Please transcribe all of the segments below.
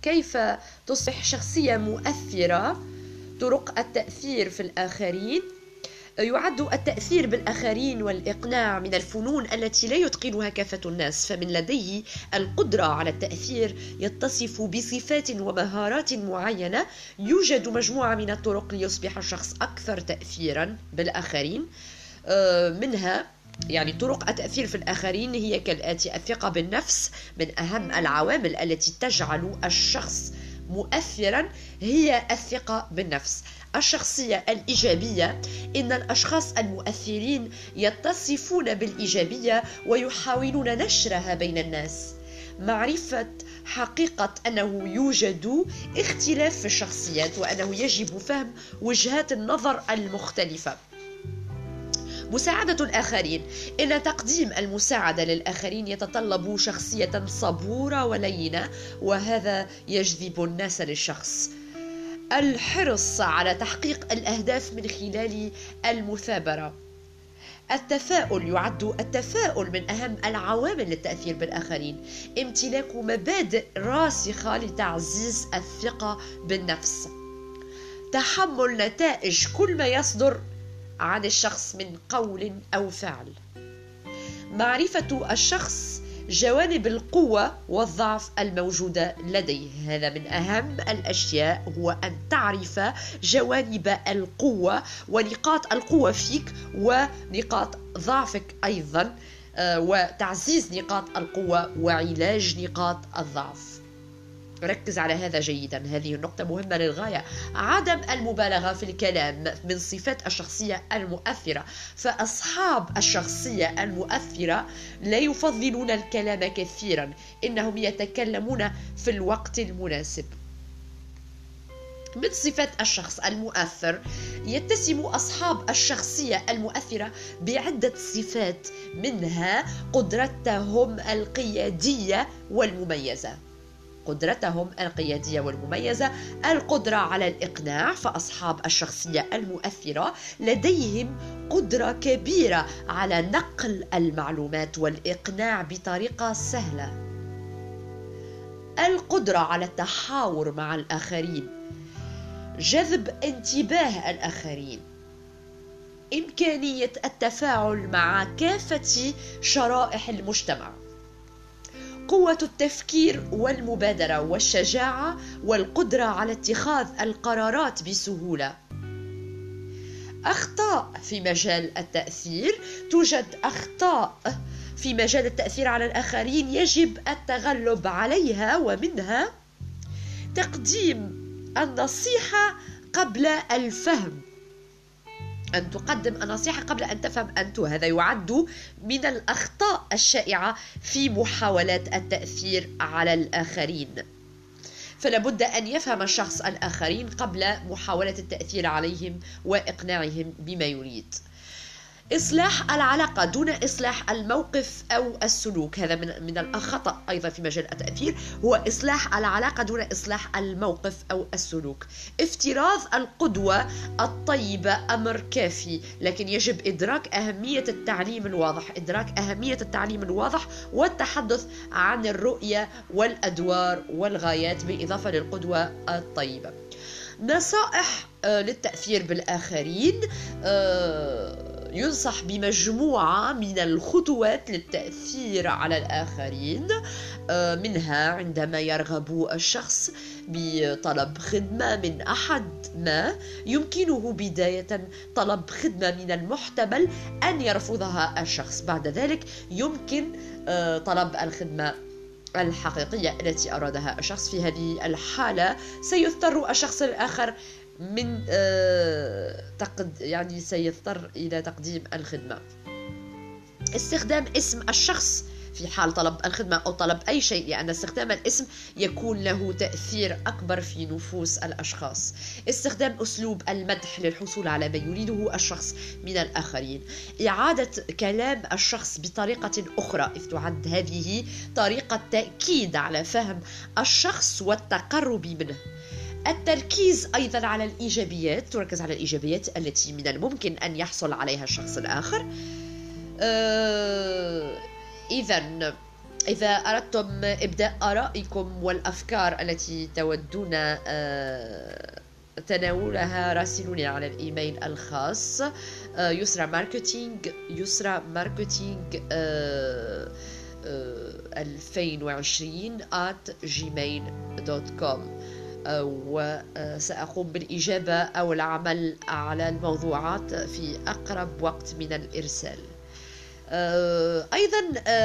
كيف تصبح شخصية مؤثرة. طرق التأثير في الآخرين: يعد التأثير بالآخرين والإقناع من الفنون التي لا يتقنها كافة الناس، فمن لديه القدرة على التأثير يتصف بصفات ومهارات معينة. يوجد مجموعة من الطرق ليصبح الشخص أكثر تأثيرا بالآخرين. منها يعني طرق التأثير في الآخرين هي كالآتي: الثقة بالنفس. من أهم العوامل التي تجعل الشخص مؤثرا هي الثقة بالنفس. الشخصية الإيجابية: إن الأشخاص المؤثرين يتصفون بالإيجابية ويحاولون نشرها بين الناس. معرفة حقيقة أنه يوجد اختلاف في الشخصيات وأنه يجب فهم وجهات النظر المختلفة. مساعدة الآخرين: إن تقديم المساعدة للآخرين يتطلب شخصية صبورة ولينة، وهذا يجذب الناس للشخص. الحرص على تحقيق الأهداف من خلال المثابرة. التفاؤل: يعد التفاؤل من أهم العوامل للتأثير بالآخرين. امتلاك مبادئ راسخة لتعزيز الثقة بالنفس. تحمل نتائج كل ما يصدر عن الشخص من قول أو فعل. معرفة الشخص جوانب القوة والضعف الموجودة لديه. هذا من أهم الأشياء، هو أن تعرف جوانب القوة ونقاط القوة فيك ونقاط ضعفك أيضا، وتعزيز نقاط القوة وعلاج نقاط الضعف. ركز على هذا جيدا، هذه النقطة مهمة للغاية. عدم المبالغة في الكلام من صفات الشخصية المؤثرة، فأصحاب الشخصية المؤثرة لا يفضلون الكلام كثيرا، إنهم يتكلمون في الوقت المناسب. من صفات الشخص المؤثر: يتسم أصحاب الشخصية المؤثرة بعدة صفات، منها قدرتهم القيادية والمميزة. القدرة على الإقناع، فأصحاب الشخصية المؤثرة لديهم قدرة كبيرة على نقل المعلومات والإقناع بطريقة سهلة. القدرة على التحاور مع الآخرين، جذب انتباه الآخرين، إمكانية التفاعل مع كافة شرائح المجتمع. قوة التفكير والمبادرة والشجاعة والقدرة على اتخاذ القرارات بسهولة. أخطاء في مجال التأثير: توجد أخطاء في مجال التأثير على الآخرين يجب التغلب عليها، ومنها تقديم النصيحة قبل الفهم. أن تقدم النصيحة قبل أن تفهم أنت، هذا يعد من الأخطاء الشائعة في محاولات التأثير على الآخرين. فلا بد أن يفهم الشخص الآخرين قبل محاولة التأثير عليهم وإقناعهم بما يريد. إصلاح العلاقة دون إصلاح الموقف أو السلوك، هذا من الخطأ أيضا في مجال التأثير، هو إصلاح العلاقة دون إصلاح الموقف أو السلوك. افتراض القدوة الطيبة أمر كافي، لكن يجب إدراك أهمية التعليم الواضح والتحدث عن الرؤية والأدوار والغايات بالإضافة للقدوة الطيبة. نصائح للتأثير بالآخرين: ينصح بمجموعة من الخطوات للتأثير على الآخرين، منها عندما يرغب الشخص بطلب خدمة من أحد ما، يمكنه بداية طلب خدمة من المحتمل أن يرفضها الشخص، بعد ذلك يمكن طلب الخدمة الحقيقية التي أرادها الشخص. في هذه الحالة سيضطر الشخص الآخر سيضطر إلى تقديم الخدمة. استخدام اسم الشخص في حال طلب الخدمة أو طلب أي شيء، لأن استخدام الاسم يكون له تأثير أكبر في نفوس الأشخاص. استخدام أسلوب المدح للحصول على ما يريده الشخص من الآخرين. إعادة كلام الشخص بطريقة أخرى، إذ تعد هذه طريقة تأكيد على فهم الشخص والتقرب منه. التركيز أيضا على الإيجابيات، تركز على الإيجابيات التي من الممكن أن يحصل عليها الشخص الآخر. إذن إذا أردتم إبداء آرائكم والأفكار التي تودون تناولها راسلوني على الإيميل الخاص يسرا ماركتينج 2020 @gmail.com وسأقوم بالإجابة أو العمل على الموضوعات في أقرب وقت من الإرسال. أيضا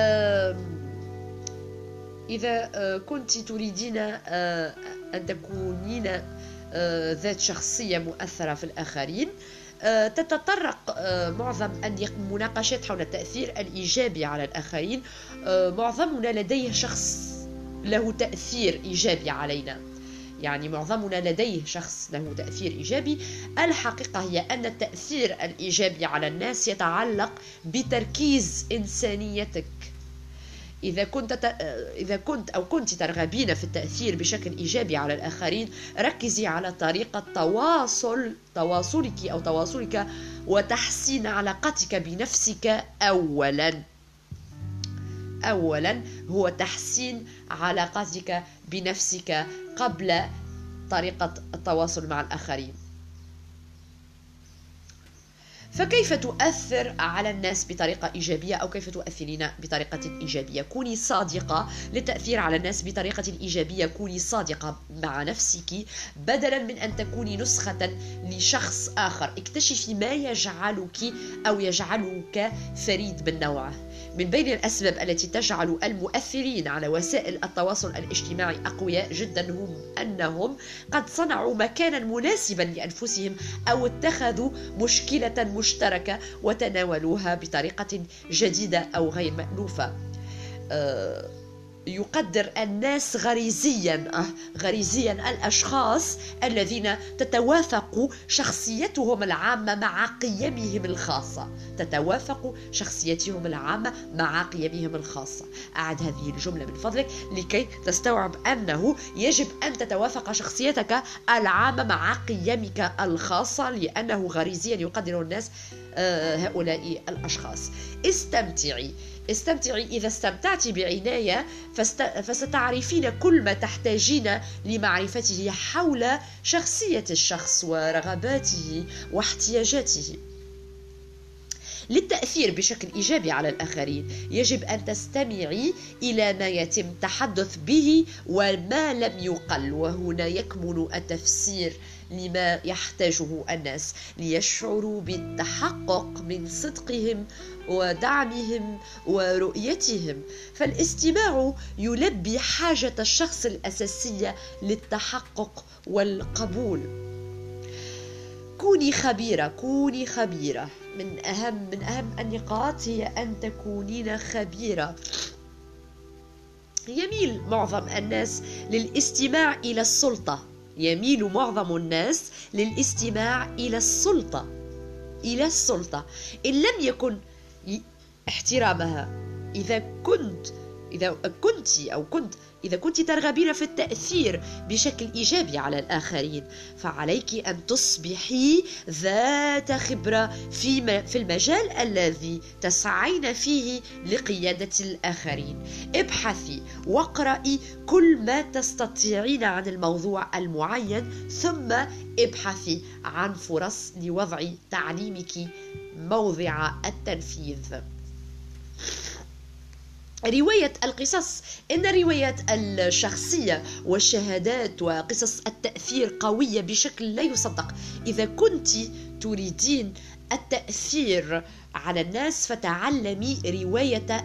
إذا كنت تريدين أن تكونين ذات شخصية مؤثرة في الآخرين، تتطرق معظم المناقشات حول التأثير الإيجابي على الآخرين. معظمنا لديه شخص له تأثير إيجابي علينا، يعني معظمنا لديه شخص له تأثير إيجابي. الحقيقة هي أن التأثير الإيجابي على الناس يتعلق بتركيز إنسانيتك. إذا كنت أو كنت ترغبين في التأثير بشكل إيجابي على الآخرين، ركزي على طريقة تواصلك وتحسين علاقتك بنفسك. أولا هو تحسين علاقتك بنفسك قبل طريقة التواصل مع الآخرين. فكيف تؤثر على الناس بطريقة إيجابية، أو كيف تؤثرين بطريقة إيجابية؟ كوني صادقة للتأثير على الناس بطريقة إيجابية. كوني صادقة مع نفسك بدلا من أن تكوني نسخة لشخص آخر. اكتشفي ما يجعلك أو يجعلك فريد من نوعه. من بين الأسباب التي تجعل المؤثرين على وسائل التواصل الاجتماعي أقوياء جدا هم أنهم قد صنعوا مكانا مناسبا لأنفسهم، أو اتخذوا مشكلة مشتركة وتناولوها بطريقة جديدة أو غير مألوفة. يقدر الناس غريزيا الأشخاص الذين تتوافق شخصيتهم العامة مع قيمهم الخاصة. أعد هذه الجملة من فضلك لكي تستوعب أنه يجب أن تتوافق شخصيتك العامة مع قيمك الخاصة، لأنه غريزيا يقدر الناس هؤلاء الأشخاص. استمتعي. إذا استمتعت بعناية فستعرفين كل ما تحتاجين لمعرفته حول شخصية الشخص ورغباته واحتياجاته. للتأثير بشكل إيجابي على الآخرين يجب أن تستمعي إلى ما يتم التحدث به وما لم يقل، وهنا يكمن التفسير لما يحتاجه الناس ليشعروا بالتحقق من صدقهم ودعمهم ورؤيتهم. فالاستماع يلبي حاجة الشخص الأساسية للتحقق والقبول. كوني خبيرة. من أهم النقاط هي أن تكونين خبيرة. يميل معظم الناس للاستماع إلى السلطة إن لم يكن احترامها. إذا كنت ترغبين في التأثير بشكل إيجابي على الآخرين، فعليك أن تصبحي ذات خبرة في المجال الذي تسعين فيه لقيادة الآخرين. ابحثي واقرأي كل ما تستطيعين عن الموضوع المعين، ثم ابحثي عن فرص لوضع تعليمك موضع التنفيذ. رواية القصص. إن روايات الشخصية والشهادات وقصص التأثير قوية بشكل لا يصدق. إذا كنت تريدين التأثير على الناس فتعلمي رواية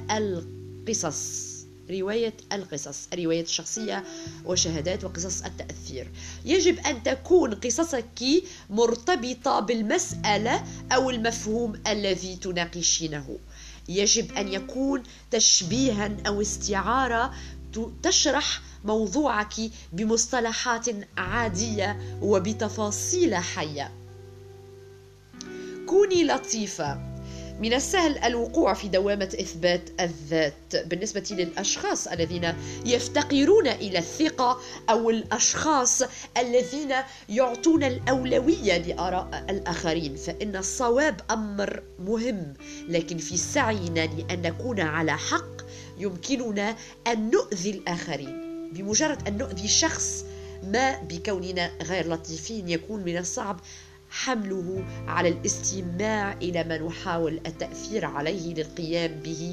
القصص، رواية الشخصية وشهادات وقصص التأثير. يجب أن تكون قصصك مرتبطة بالمسألة أو المفهوم الذي تناقشينه. يجب أن يكون تشبيها أو استعارة تشرح موضوعك بمصطلحات عادية وبتفاصيل حية. كوني لطيفة. من السهل الوقوع في دوامة إثبات الذات بالنسبة للأشخاص الذين يفتقرون إلى الثقة، أو الأشخاص الذين يعطون الأولوية لآراء الآخرين. فإن الصواب أمر مهم، لكن في سعينا لأن نكون على حق يمكننا أن نؤذي الآخرين. بمجرد أن نؤذي شخص ما بكوننا غير لطيفين يكون من الصعب حمله على الاستماع إلى ما نحاول التأثير عليه للقيام به.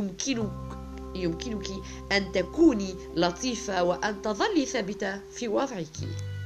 يمكنك أن تكوني لطيفة وأن تظلي ثابتة في وضعك.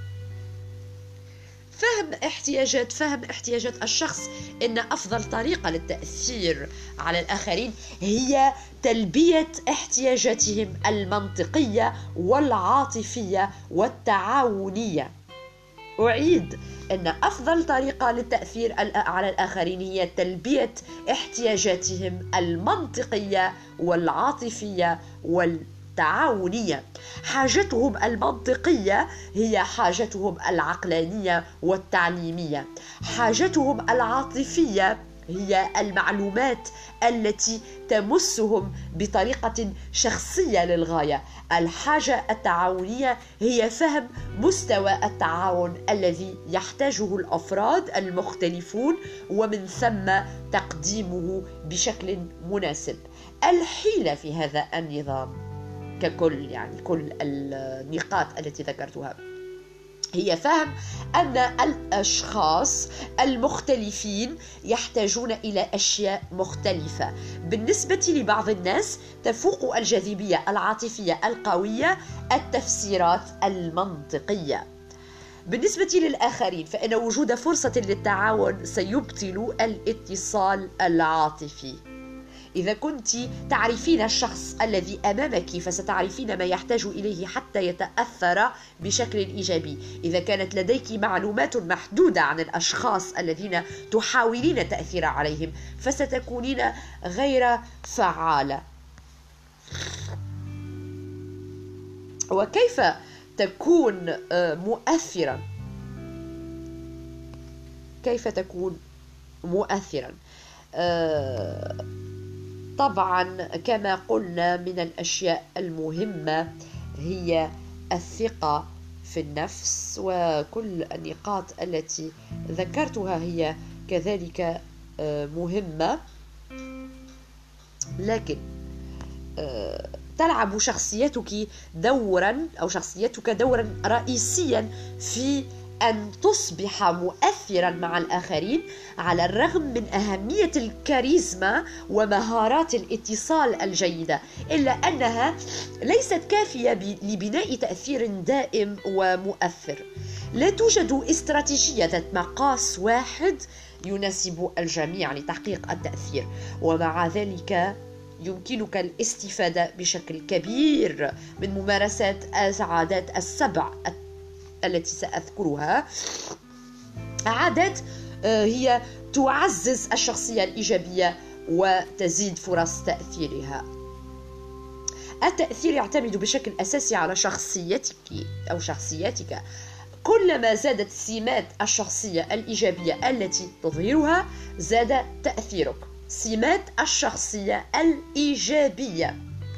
فهم احتياجات الشخص إن أفضل طريقة للتأثير على الآخرين هي تلبية احتياجاتهم المنطقية والعاطفية والتعاونية. أعيد أن أفضل طريقة للتأثير على الآخرين هي تلبية احتياجاتهم المنطقية والعاطفية والتعاونية. حاجتهم المنطقية هي حاجتهم العقلانية والتعليمية. حاجتهم العاطفية هي المعلومات التي تمسهم بطريقة شخصية للغاية. الحاجة التعاونية هي فهم مستوى التعاون الذي يحتاجه الأفراد المختلفون ومن ثم تقديمه بشكل مناسب. الحيلة في هذا النظام ككل، يعني كل النقاط التي ذكرتها، هي فهم أن الأشخاص المختلفين يحتاجون إلى أشياء مختلفة. بالنسبة لبعض الناس تفوق الجاذبية العاطفية القوية التفسيرات المنطقية. بالنسبة للآخرين فإن وجود فرصة للتعاون سيبطل الاتصال العاطفي. إذا كنت تعرفين الشخص الذي أمامك فستعرفين ما يحتاج إليه حتى يتأثر بشكل إيجابي. إذا كانت لديك معلومات محدودة عن الأشخاص الذين تحاولين التأثير عليهم فستكونين غير فعالة. وكيف تكون مؤثرا؟ كيف تكون مؤثرا؟ طبعا كما قلنا من الأشياء المهمة هي الثقة في النفس، وكل النقاط التي ذكرتها هي كذلك مهمة. لكن تلعب شخصيتك دورا رئيسيا في أن تصبح مؤثرا مع الآخرين، على الرغم من أهمية الكاريزما ومهارات الاتصال الجيدة، إلا أنها ليست كافية لبناء تأثير دائم ومؤثر. لا توجد استراتيجية ذات مقاس واحد يناسب الجميع لتحقيق التأثير، ومع ذلك يمكنك الاستفادة بشكل كبير من ممارسات العادات السبع التي سأذكرها. عادات هي تعزز الشخصية الإيجابية وتزيد فرص تأثيرها. التأثير يعتمد بشكل أساسي على شخصيتك أو شخصيتك. كلما زادت سمات الشخصية الإيجابية التي تظهرها زاد تأثيرك. سمات الشخصية الإيجابية.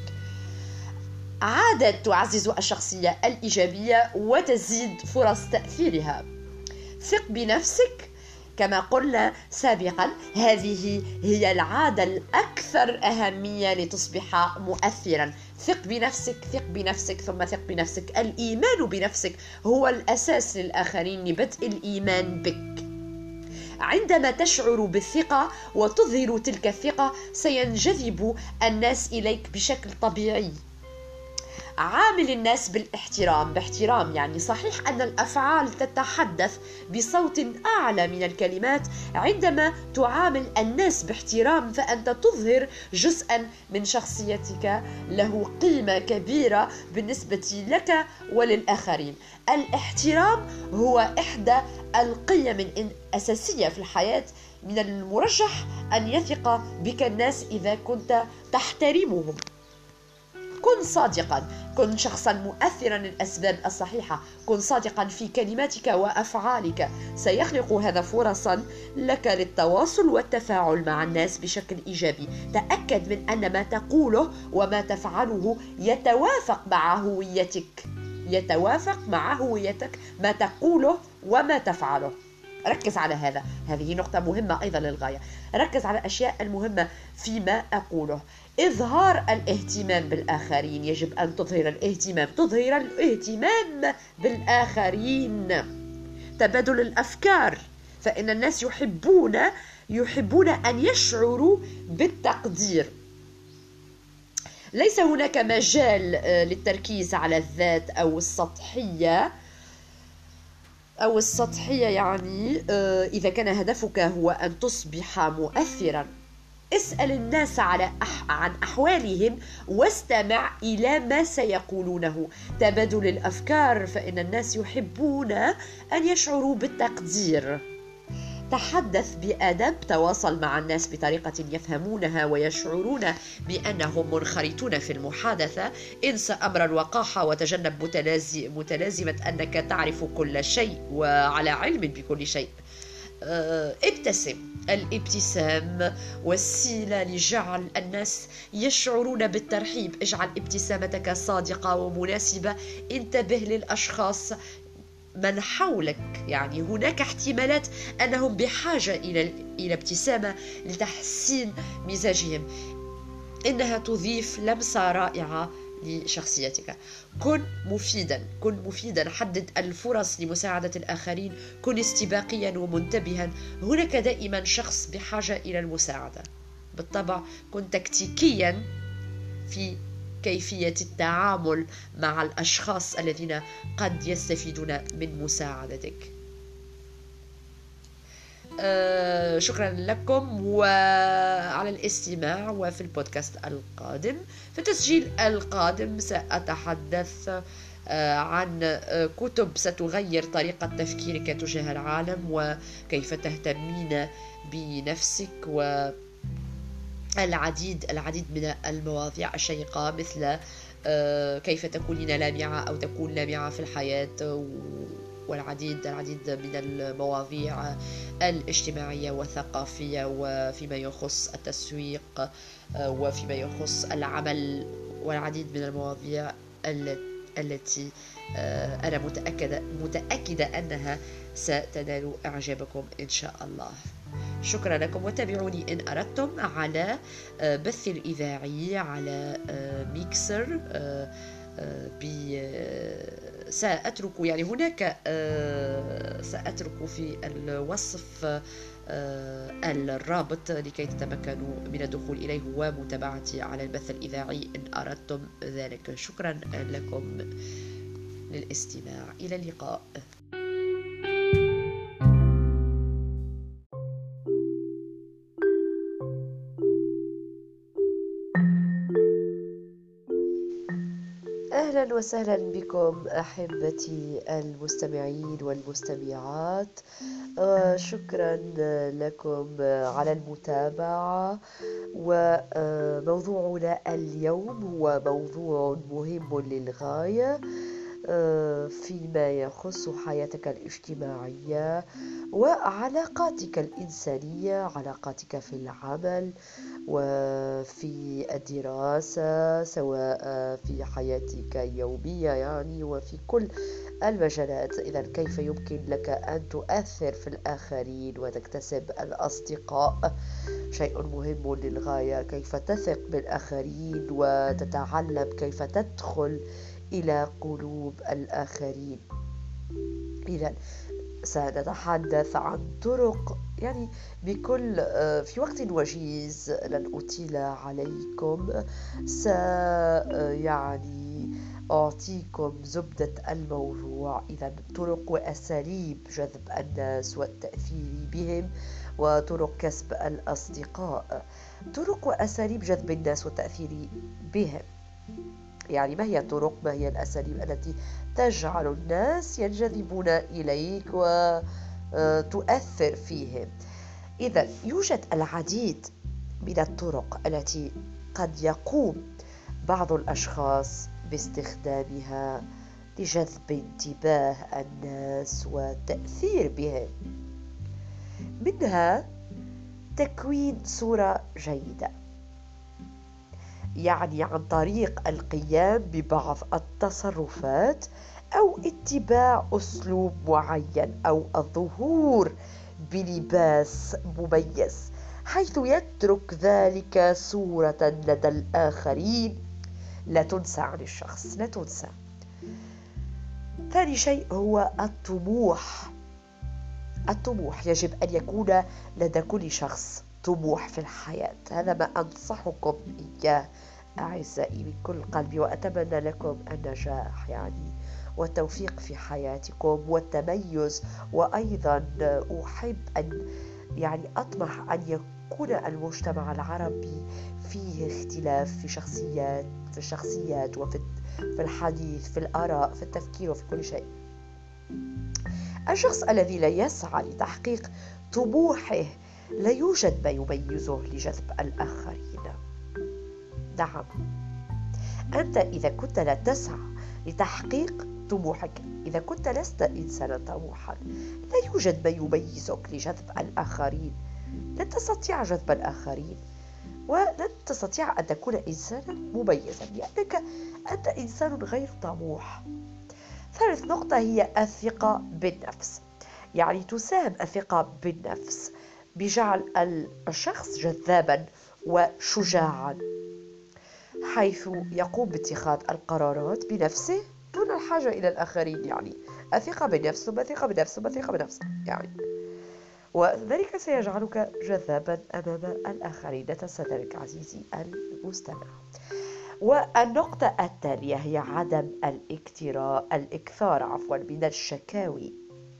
عادة تعزز الشخصية الإيجابية وتزيد فرص تأثيرها. ثق بنفسك. كما قلنا سابقا هذه هي العادة الأكثر أهمية لتصبح مؤثرا. ثق بنفسك ثم ثق بنفسك. الإيمان بنفسك هو الأساس للآخرين لبدء الإيمان بك. عندما تشعر بالثقة وتظهر تلك الثقة سينجذب الناس إليك بشكل طبيعي. عامل الناس باحترام. يعني صحيح أن الأفعال تتحدث بصوت أعلى من الكلمات. عندما تعامل الناس باحترام فأنت تظهر جزءا من شخصيتك له قيمة كبيرة بالنسبة لك وللآخرين. الاحترام هو إحدى القيم الأساسية في الحياة. من المرجح أن يثق بك الناس إذا كنت تحترمهم. كن صادقا. كن شخصا مؤثرا للأسباب الصحيحة. كن صادقا في كلماتك وأفعالك. سيخلق هذا فرصا لك للتواصل والتفاعل مع الناس بشكل إيجابي. تأكد من أن ما تقوله وما تفعله يتوافق مع هويتك. ما تقوله وما تفعله. ركز على هذا، هذه نقطة مهمة أيضا للغاية. ركز على الأشياء المهمة فيما أقوله. إظهار الاهتمام بالآخرين، يجب أن تظهر الاهتمام بالآخرين. تبادل الأفكار، فإن الناس يحبون أن يشعروا بالتقدير. ليس هناك مجال للتركيز على الذات أو السطحية يعني إذا كان هدفك هو أن تصبح مؤثرا. اسأل الناس عن أحوالهم واستمع إلى ما سيقولونه. تبادل الأفكار، فإن الناس يحبون أن يشعروا بالتقدير. تحدث بأدب، تواصل مع الناس بطريقة يفهمونها ويشعرون بأنهم منخرطون في المحادثة. انسى أمر الوقاحة وتجنب متلازمة أنك تعرف كل شيء وعلى علم بكل شيء. ابتسم. الابتسام وسيلة لجعل الناس يشعرون بالترحيب. اجعل ابتسامتك صادقة ومناسبة. انتبه للأشخاص من حولك، يعني هناك احتمالات أنهم بحاجة إلى ابتسامة لتحسين مزاجهم. إنها تضيف لمسة رائعة لشخصيتك. كن مفيدا. حدد الفرص لمساعدة الآخرين. كن استباقيا ومنتبها. هناك دائما شخص بحاجة إلى المساعدة. بالطبع كن تكتيكيا في كيفية التعامل مع الأشخاص الذين قد يستفيدون من مساعدتك. شكرا لكم وعلى الاستماع. وفي البودكاست القادم، في التسجيل القادم، سأتحدث عن كتب ستغير طريقة تفكيرك تجاه العالم، وكيف تهتمين بنفسك، والعديد من المواضيع الشيقة، مثل كيف تكونين لامعة أو تكون لامعة في الحياة، والعديد من المواضيع الاجتماعية والثقافية، وفيما يخص التسويق، وفيما يخص العمل، والعديد من المواضيع التي أنا متأكدة أنها ستنال إعجابكم إن شاء الله. شكرا لكم، وتابعوني إن أردتم على بث الإذاعي على ميكسر. سأترك يعني هناك سأترك في الوصف الرابط لكي تتمكنوا من الدخول إليه ومتابعتي على البث الإذاعي إن أردتم ذلك. شكرا لكم للاستماع. إلى اللقاء. أهلا وسهلا بكم أحبتي المستمعين والمستمعات. شكرا لكم على المتابعة. وموضوعنا اليوم هو موضوع مهم للغاية فيما يخص حياتك الاجتماعية وعلاقاتك الإنسانية، علاقاتك في العمل وفي الدراسة، سواء في حياتك اليومية يعني، وفي كل المجالات. إذن كيف يمكن لك أن تؤثر في الآخرين وتكتسب الأصدقاء؟ شيء مهم للغاية. كيف تثق بالآخرين وتتعلم كيف تدخل إلى قلوب الآخرين. إذن سنتحدث عن طرق، يعني بكل في وقت وجيز، لن أطيل عليكم. يعني أعطيكم زبدة الموضوع. إذن طرق وأساليب جذب الناس والتأثير بهم، وطرق كسب الأصدقاء. طرق وأساليب جذب الناس والتأثير بهم، يعني ما هي الطرق، ما هي الأساليب التي تجعل الناس ينجذبون إليك وتؤثر فيهم؟ إذن يوجد العديد من الطرق التي قد يقوم بعض الأشخاص باستخدامها لجذب انتباه الناس والتأثير بهم. منها تكوين صورة جيدة، يعني عن طريق القيام ببعض التصرفات أو اتباع أسلوب معين أو الظهور بلباس مميز، حيث يترك ذلك صورة لدى الآخرين لا تنسى عن الشخص، لا تنسى. ثاني شيء هو الطموح. الطموح يجب أن يكون لدى كل شخص طموح في الحياة، هذا ما أنصحكم إياه أعزائي من كل قلبي، وأتمنى لكم النجاح والتوفيق في حياتكم والتميز. وأيضا أحب أن أطمح أن يكون المجتمع العربي فيه اختلاف في الشخصيات وفي الحديث، في الآراء، في التفكير وفي كل شيء. الشخص الذي لا يسعى لتحقيق طموحه لا يوجد ما يميزه لجذب الآخرين. نعم، أنت إذا كنت لا تسعى لتحقيق طموحك، إذا كنت لست إنسانا طموحا، لا يوجد ما يميزك لجذب الآخرين. لن تستطيع جذب الآخرين، ولن تستطيع أن تكون إنسانا مميزا لأنك أنت إنسان غير طموح. ثالث نقطة هي الثقة بالنفس. تساهم الثقة بالنفس بجعل الشخص جذابا وشجاعا، حيث يقوم باتخاذ القرارات بنفسه دون الحاجة إلى الآخرين. الثقة بالنفس ثم ثقة بالنفس ثم ثقة بالنفس، وذلك سيجعلك جذابا أمام الآخرين. لا تنسى ذلك عزيزي المستمع. والنقطة التالية هي عدم الإكثار من الشكاوي.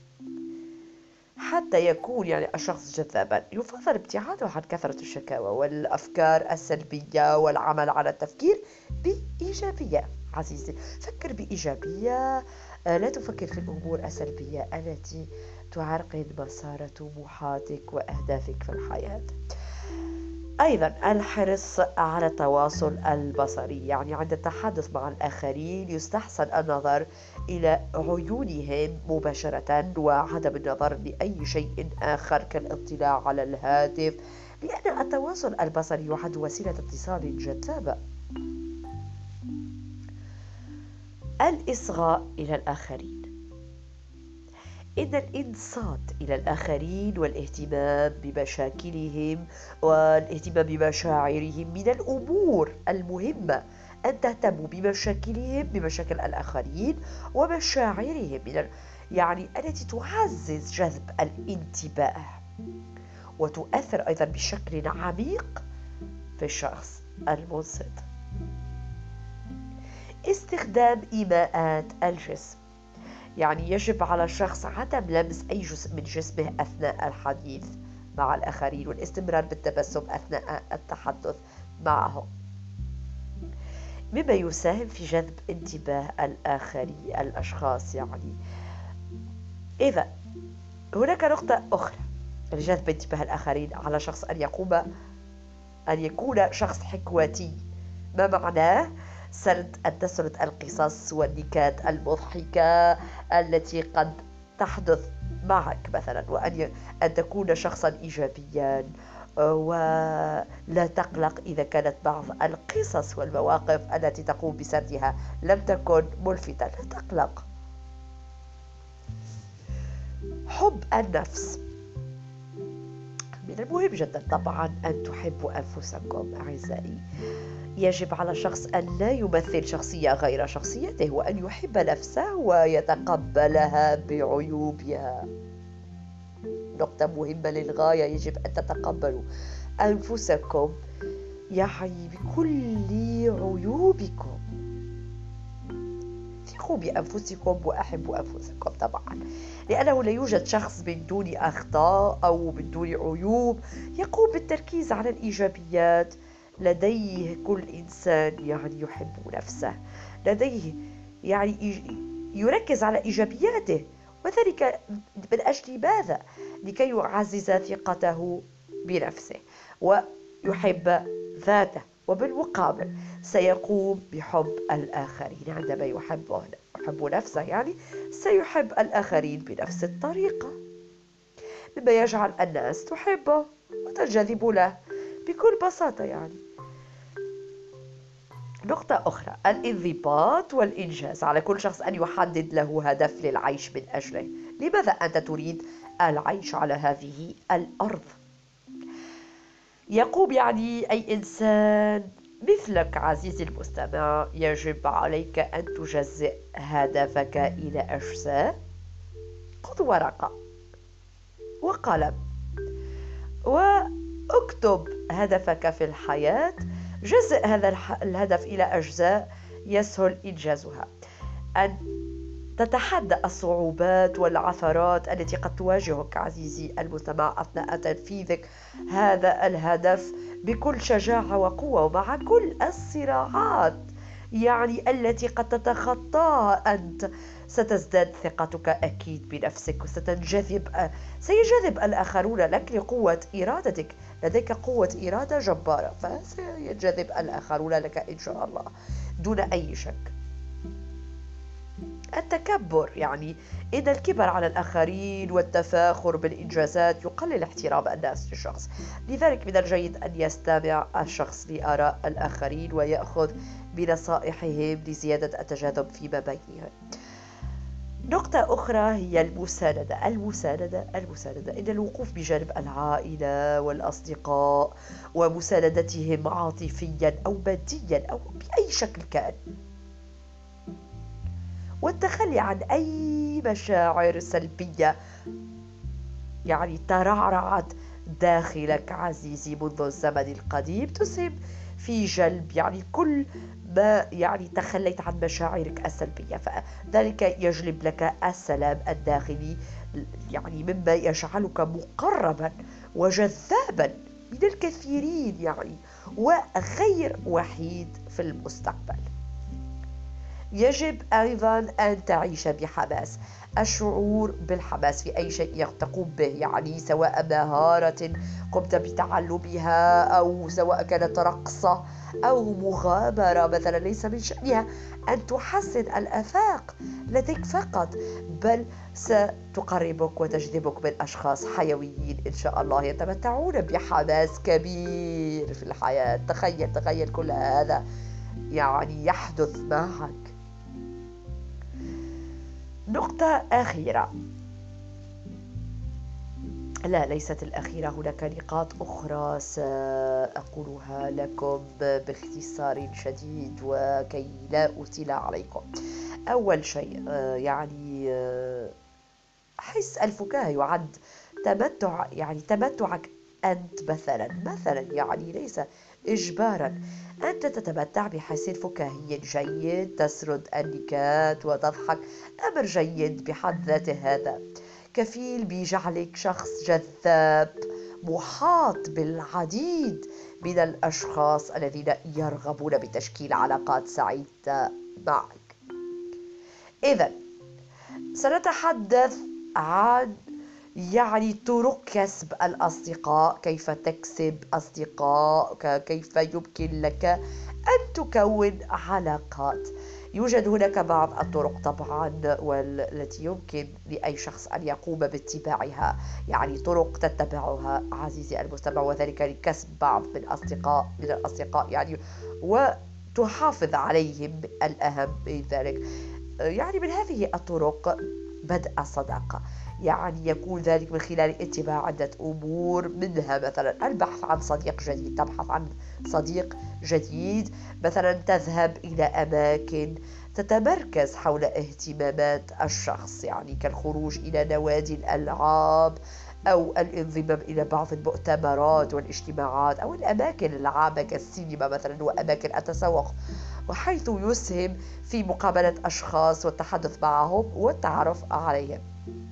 حتى يكون الشخص جذابا يفضل ابتعاده عن كثرة الشكاوى والأفكار السلبية، والعمل على التفكير بإيجابية. عزيزي، فكر بإيجابية، لا تفكر في الأمور السلبية التي تعرقل مسار طموحاتك وأهدافك في الحياة. أيضا الحرص على التواصل البصري، عند التحدث مع الآخرين يستحسن النظر إلى عيونهم مباشرة وعدم النظر لأي شيء آخر كالاطلاع على الهاتف، لأن التواصل البصري يعد وسيلة اتصال جذابة. الإصغاء إلى الآخرين. إن الإنصات إلى الآخرين والاهتمام بمشاكلهم والاهتمام بمشاعرهم من الأمور المهمة. أن تهتموا بمشاكل الآخرين ومشاعرهم التي تعزز جذب الانتباه وتؤثر أيضا بشكل عميق في الشخص المنصت. استخدام إيماءات الجسم. يجب على الشخص عدم لمس أي جزء من جسمه أثناء الحديث مع الآخرين، والاستمرار بالتبسم أثناء التحدث معهم، مما يساهم في جذب انتباه الأشخاص. إذا هناك نقطة أخرى لجذب انتباه الآخرين، على شخص أن يكون شخص حكواتي. ما معناه؟ أن تسرد القصص والنكات المضحكة التي قد تحدث معك مثلا، وأن تكون شخصا إيجابيا، ولا تقلق إذا كانت بعض القصص والمواقف التي تقوم بسردها لم تكن ملفتة، لا تقلق. حب النفس. من المهم جدا طبعا أن تحبوا أنفسكم أعزائي. يجب على الشخص أن لا يمثل شخصية غير شخصيته، وأن يحب نفسه ويتقبلها بعيوبها. نقطة مهمة للغاية، يجب أن تتقبلوا أنفسكم بكل عيوبكم. ثقوا بأنفسكم وأحبوا أنفسكم طبعا، لأنه لا يوجد شخص من دون أخطاء أو من دون عيوب. يقوم بالتركيز على الإيجابيات. لديه كل إنسان يحب نفسه، لديه يركز على إيجابياته، وذلك من أجل ماذا؟ لكي يعزز ثقته بنفسه ويحب ذاته، وبالمقابل سيقوم بحب الآخرين. عندما يحب نفسه سيحب الآخرين بنفس الطريقة، مما يجعل الناس تحبه وتنجذب له بكل بساطة. نقطة أخرى، الانضباط والإنجاز. على كل شخص أن يحدد له هدف للعيش من أجله. لماذا أنت تريد العيش على هذه الأرض؟ يقوم يعني أي إنسان مثلك عزيزي المستمع، يجب عليك أن تجزئ هدفك إلى أجزاء. خذ ورقة وقلم واكتب هدفك في الحياة. جزء هذا الهدف إلى أجزاء يسهل إنجازها. أن تتحدى الصعوبات والعثرات التي قد تواجهك عزيزي المستمع أثناء تنفيذك هذا الهدف بكل شجاعة وقوة، ومع كل الصراعات يعني التي قد تتخطاها أنت. ستزداد ثقتك أكيد بنفسك، سيجذب الآخرون لك لقوة إرادتك. لديك قوة إرادة جبارة، فسيجذب الآخرون لك إن شاء الله دون أي شك. التكبر، يعني إن الكبر على الآخرين والتفاخر بالإنجازات يقلل احترام الناس للشخص. لذلك من الجيد أن يستمع الشخص لآراء الآخرين ويأخذ بنصائحهم لزيادة التجاذب فيما بينهم. نقطة أخرى هي المساندة. إن الوقوف بجانب العائلة والأصدقاء ومساندتهم عاطفيا أو ماديا أو بأي شكل كان، والتخلي عن أي مشاعر سلبية يعني ترعرعت داخلك عزيزي منذ الزمن القديم، تسهم في جلب يعني كل ما يعني تخليت عن مشاعرك السلبية، فذلك يجلب لك السلام الداخلي، يعني مما يجعلك مقربا وجذابا من الكثيرين يعني، وغير وحيد في المستقبل. يجب أيضا أن تعيش بحماس. الشعور بالحماس في أي شيء تقوم به، يعني سواء مهارة قمت بتعلمها أو سواء كانت رقصة أو مغامرة مثلا، ليس من شأنها أن تحسن الآفاق لديك فقط، بل ستقربك وتجذبك من أشخاص حيويين إن شاء الله يتمتعون بحماس كبير في الحياة. تخيل كل هذا يعني يحدث معك. نقطة أخيرة، لا ليست الأخيرة، هناك نقاط أخرى سأقولها لكم باختصار شديد وكي لا أطيل عليكم. أول شيء يعني حس الفكاهة يعد تمتع، يعني تمتعك أنت مثلا يعني ليس إجبارا. أنت تتمتع بحس فكاهي جيد، تسرد النكات وتضحك، أمر جيد بحد ذاته، هذا كفيل بجعلك شخص جذاب محاط بالعديد من الأشخاص الذين يرغبون بتشكيل علاقات سعيدة معك. إذن سنتحدث عن يعني طرق كسب الأصدقاء، كيف تكسب أصدقاء، كيف يمكن لك أن تكون علاقات. يوجد هناك بعض الطرق طبعا والتي يمكن لأي شخص أن يقوم باتباعها، يعني طرق تتبعها عزيزي المستمع، وذلك لكسب بعض من الأصدقاء يعني، وتحافظ عليهم. الأهم من ذلك يعني من هذه الطرق بدء الصداقة، يعني يكون ذلك من خلال اتباع عدة أمور، منها مثلا البحث عن صديق جديد. تبحث عن صديق جديد، مثلا تذهب إلى أماكن تتمركز حول اهتمامات الشخص، يعني كالخروج إلى نوادي الألعاب أو الانضمام إلى بعض المؤتمرات والاجتماعات أو الأماكن العامة كالسينما مثلا وأماكن التسوق، وحيث يسهم في مقابلة أشخاص والتحدث معهم والتعرف عليهم.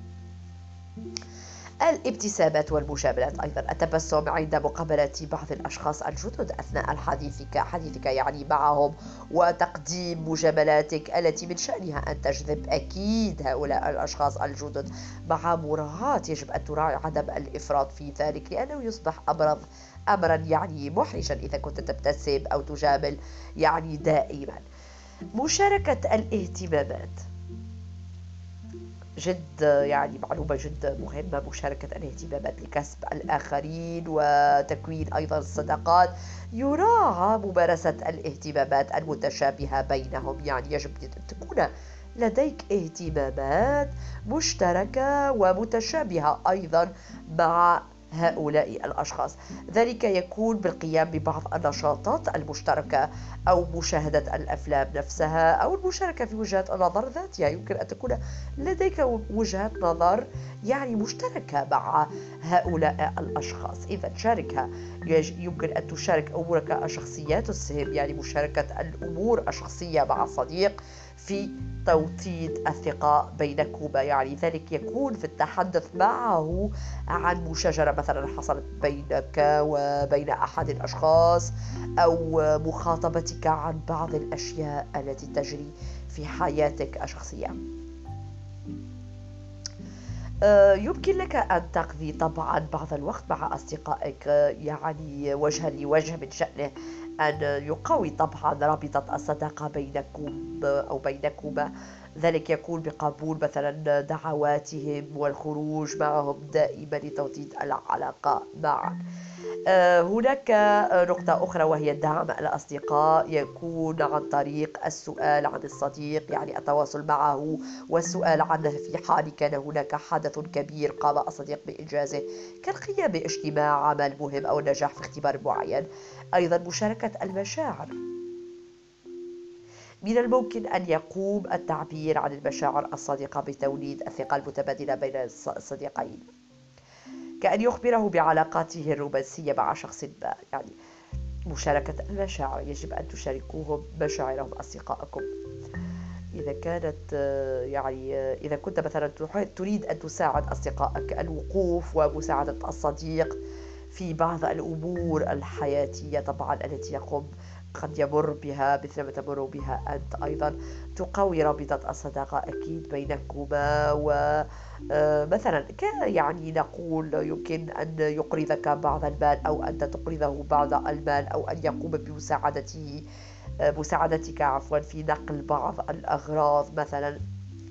الابتسامات والمجاملات أيضا، التبسم عند مقابلة بعض الأشخاص الجدد أثناء حديثك يعني معهم، وتقديم مجاملاتك التي من شأنها أن تجذب أكيد هؤلاء الأشخاص الجدد، مع مراعاة يجب أن تراعي عدم الإفراط في ذلك، لأنه يصبح أمرا يعني محرجا إذا كنت تبتسم أو تجامل يعني دائما. مشاركة الاهتمامات، جد يعني معلومة جد مهمة، مشاركة الاهتمامات لكسب الآخرين وتكوين أيضا الصداقات. يراعى ممارسة الاهتمامات المتشابهة بينهم، يعني يجب أن تكون لديك اهتمامات مشتركة ومتشابهة أيضا مع هؤلاء الأشخاص. ذلك يكون بالقيام ببعض النشاطات المشتركة، أو مشاهدة الأفلام نفسها، أو المشاركة في وجهات النظر ذاتها. يمكن أن تكون لديك وجهات نظر يعني مشتركة مع هؤلاء الأشخاص، إذا شاركها. يمكن أن تشارك أمورك الشخصية، تسهم يعني مشاركة الأمور الشخصية مع صديق في توطيد الثقة بينكما، يعني ذلك يكون في التحدث معه عن مشاجرة مثلا حصلت بينك وبين أحد الأشخاص، أو مخاطبتك عن بعض الأشياء التي تجري في حياتك الشخصية. يمكن لك أن تقضي طبعا بعض الوقت مع أصدقائك، يعني وجها لوجه، من شأنه أن يقوي طبعا رابطة الصداقة بينكم أو بينكما. ذلك يكون بقبول مثلا دعواتهم والخروج معهم دائما لتوطيد العلاقة معا. هناك نقطة أخرى وهي دعم الأصدقاء، يكون عن طريق السؤال عن الصديق، يعني التواصل معه والسؤال عنه في حال كان هناك حدث كبير قام الصديق بإنجازه، كالقيام باجتماع عمل مهم أو النجاح في اختبار معين. أيضا مشاركة المشاعر، من الممكن أن يقوم التعبير عن المشاعر الصادقة بتوليد الثقة المتبادلة بين الصديقين، كأن يخبره بعلاقاته الرومانسية مع شخص ما. يعني مشاركة المشاعر، يجب أن تشاركوهم مشاعرهم أصدقائكم. إذا كانت إذا كنت مثلا تريد أن تساعد أصدقائك الوقوف ومساعدة الصديق في بعض الأمور الحياتية طبعا التي قد يمر بها مثل ما تمر بها أنت أيضا، تقوي رابطة الصداقة أكيد بينكما. ومثلا يعني نقول يمكن أن يقرضك بعض المال، أو أنت تقرضه بعض المال، أو أن يقوم مساعدتك في نقل بعض الأغراض مثلا.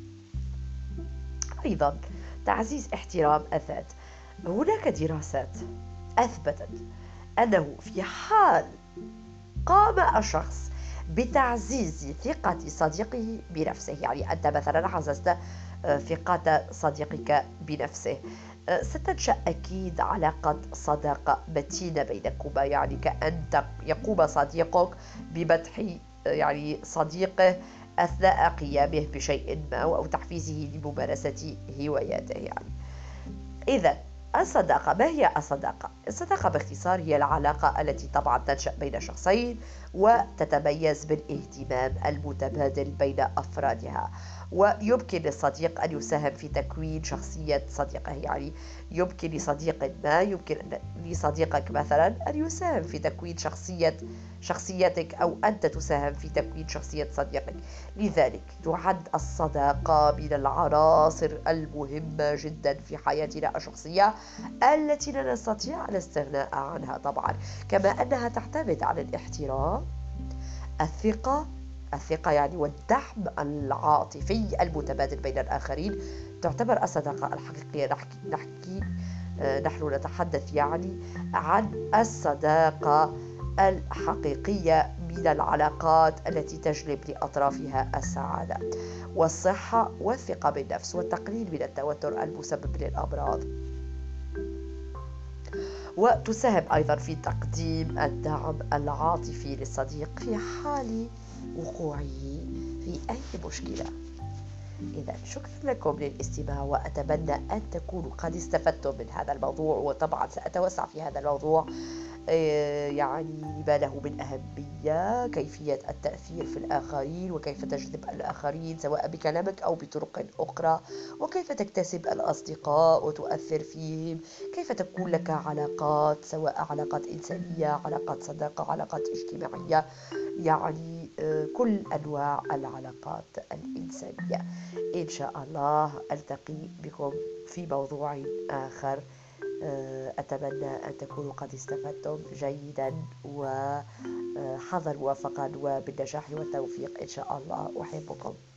أيضا تعزيز احترام الذات، هناك دراسات أثبتت أنه في حال قام الشخص بتعزيز ثقة صديقه بنفسه، يعني أنت مثلا عززت ثقة صديقك بنفسه، ستنشأ أكيد علاقة صداقة متينة بينكما، يعني كأن يقوم صديقك بمدح يعني صديقه أثناء قيامه بشيء ما، أو تحفيزه لممارسة هواياته. يعني إذا الصداقة، ما هي الصداقة؟ الصداقة باختصار هي العلاقة التي طبعا تنشأ بين شخصين، وتتميز بالاهتمام المتبادل بين أفرادها. ويمكن للصديق أن يساهم في تكوين شخصية صديقه، يعني يمكن لصديق ما، يمكن لصديقك مثلا أن يساهم في تكوين شخصيتك، أو أنت تساهم في تكوين شخصية صديقك. لذلك تعد الصداقة من العناصر المهمة جدا في حياتنا الشخصية، التي لا نستطيع الاستغناء عنها طبعا، كما أنها تعتمد على الاحترام، الثقة يعني والدعم العاطفي المتبادل بين الآخرين. تعتبر الصداقة الحقيقية، نحن نتحدث يعني عن الصداقة الحقيقية من العلاقات التي تجلب لأطرافها السعادة والصحة والثقة بالنفس والتقليل من التوتر المسبب للأمراض، وتساهم أيضا في تقديم الدعم العاطفي للصديق في حال وقوعه في أي مشكلة. إذا شكرا لكم للاستماع، وأتمنى أن تكونوا قد استفدتم من هذا الموضوع، وطبعا سأتوسع في هذا الموضوع يعني ما له من أهمية، كيفية التأثير في الآخرين، وكيف تجذب الآخرين سواء بكلامك أو بطرق أخرى، وكيف تكتسب الأصدقاء وتؤثر فيهم، كيف تكون لك علاقات سواء علاقات إنسانية، علاقات صداقة، علاقات اجتماعية، يعني كل أنواع العلاقات الإنسانية. إن شاء الله ألتقي بكم في موضوع آخر. أتمنى أن تكونوا قد استفدتم جيدا، وحظا موفقا وبالنجاح والتوفيق إن شاء الله. أحبكم.